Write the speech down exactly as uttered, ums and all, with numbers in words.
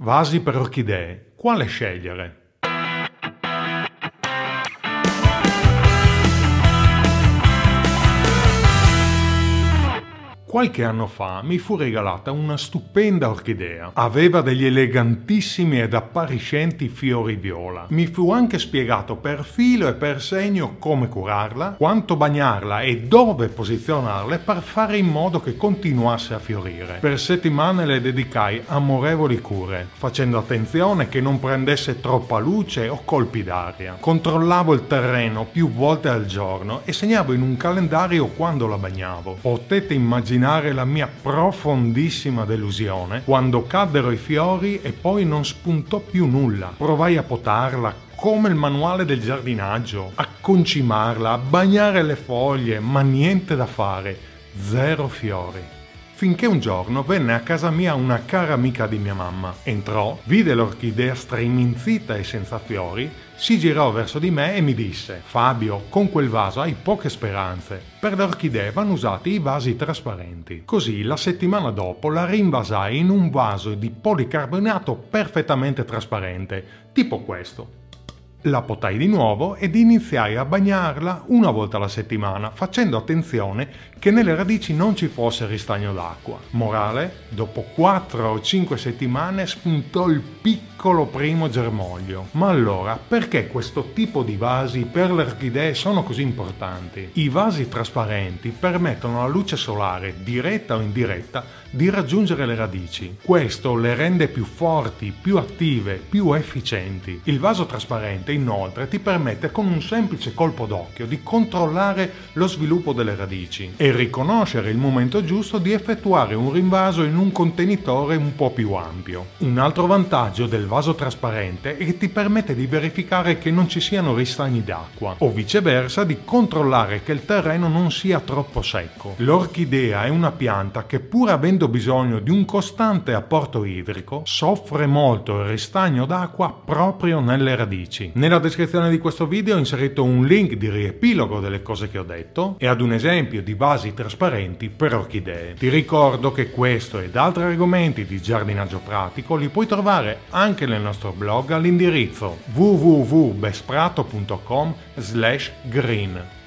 Vasi per orchidee. Quale scegliere? Qualche anno fa mi fu regalata una stupenda orchidea. Aveva degli elegantissimi ed appariscenti fiori viola. Mi fu anche spiegato per filo e per segno come curarla, quanto bagnarla e dove posizionarla per fare in modo che continuasse a fiorire. Per settimane le dedicai amorevoli cure, facendo attenzione che non prendesse troppa luce o colpi d'aria. Controllavo il terreno più volte al giorno e segnavo in un calendario quando la bagnavo. Potete immaginare la mia profondissima delusione quando caddero i fiori e poi non spuntò più nulla. Provai a potarla come il manuale del giardinaggio, a concimarla, a bagnare le foglie, ma niente da fare, zero fiori. Finché un giorno venne a casa mia una cara amica di mia mamma. Entrò, vide l'orchidea striminzita e senza fiori, si girò verso di me e mi disse: Fabio, con quel vaso hai poche speranze. Per le orchidee vanno usati i vasi trasparenti. Così la settimana dopo la rinvasai in un vaso di policarbonato perfettamente trasparente, tipo questo. La potai di nuovo ed iniziai a bagnarla una volta alla settimana, facendo attenzione che nelle radici non ci fosse ristagno d'acqua. Morale: dopo quattro o cinque settimane spuntò il piccolo primo germoglio. Ma allora, perché questo tipo di vasi per le orchidee sono così importanti? I vasi trasparenti permettono alla luce solare, diretta o indiretta, di raggiungere le radici. Questo le rende più forti, più attive, più efficienti. Il vaso trasparente inoltre ti permette con un semplice colpo d'occhio di controllare lo sviluppo delle radici e riconoscere il momento giusto di effettuare un rinvaso in un contenitore un po' più ampio. Un altro vantaggio del vaso trasparente è che ti permette di verificare che non ci siano ristagni d'acqua o viceversa di controllare che il terreno non sia troppo secco. L'orchidea è una pianta che, pur avendo bisogno di un costante apporto idrico, soffre molto il ristagno d'acqua proprio nelle radici. Nella descrizione di questo video ho inserito un link di riepilogo delle cose che ho detto e ad un esempio di vasi trasparenti per orchidee. Ti ricordo che questo ed altri argomenti di giardinaggio pratico li puoi trovare anche nel nostro blog all'indirizzo w w w punto besprato punto com slash green.